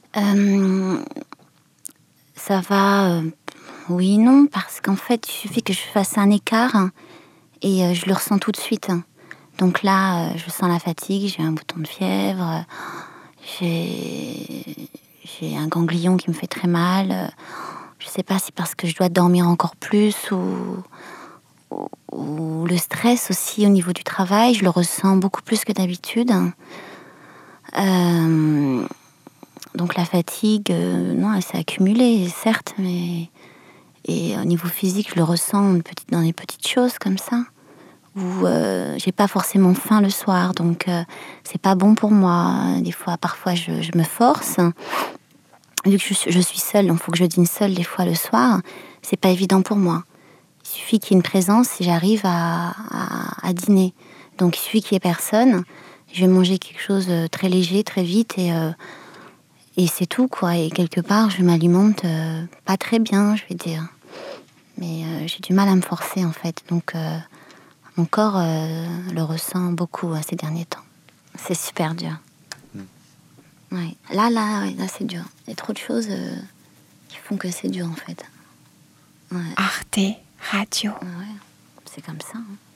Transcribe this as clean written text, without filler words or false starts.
Hem, Ça va, oui et non, parce qu'en fait, il suffit que je fasse un écart et je le ressens tout de suite. Donc là, je sens la fatigue, j'ai un bouton de fièvre, j'ai j'ai un ganglion qui me fait très mal, je sais pas si parce que je dois dormir encore plus ou le stress aussi au niveau du travail, je le ressens beaucoup plus que d'habitude. Hem, donc la fatigue, non, elle s'est accumulée certes, mais et au niveau physique, je le ressens dans des petites choses comme ça, où, j'ai pas forcément faim le soir, donc c'est pas bon pour moi. Des fois, parfois, je me force. Vu que je suis seule, donc il faut que je dîne seule des fois le soir, c'est pas évident pour moi. Il suffit qu'il y ait une présence et j'arrive à dîner. Donc il suffit qu'il y ait personne, je vais manger quelque chose, très léger, très vite et c'est tout quoi et quelque part je m'alimente, pas très bien, je vais dire. Mais j'ai du mal à me forcer en fait, donc mon corps, le ressent beaucoup, ces derniers temps. C'est super dur. Ouais. Là, ouais, là, c'est dur. Il y a trop de choses, qui font que c'est dur en fait. Ouais. Arte Radio. Ouais, c'est comme ça, hein.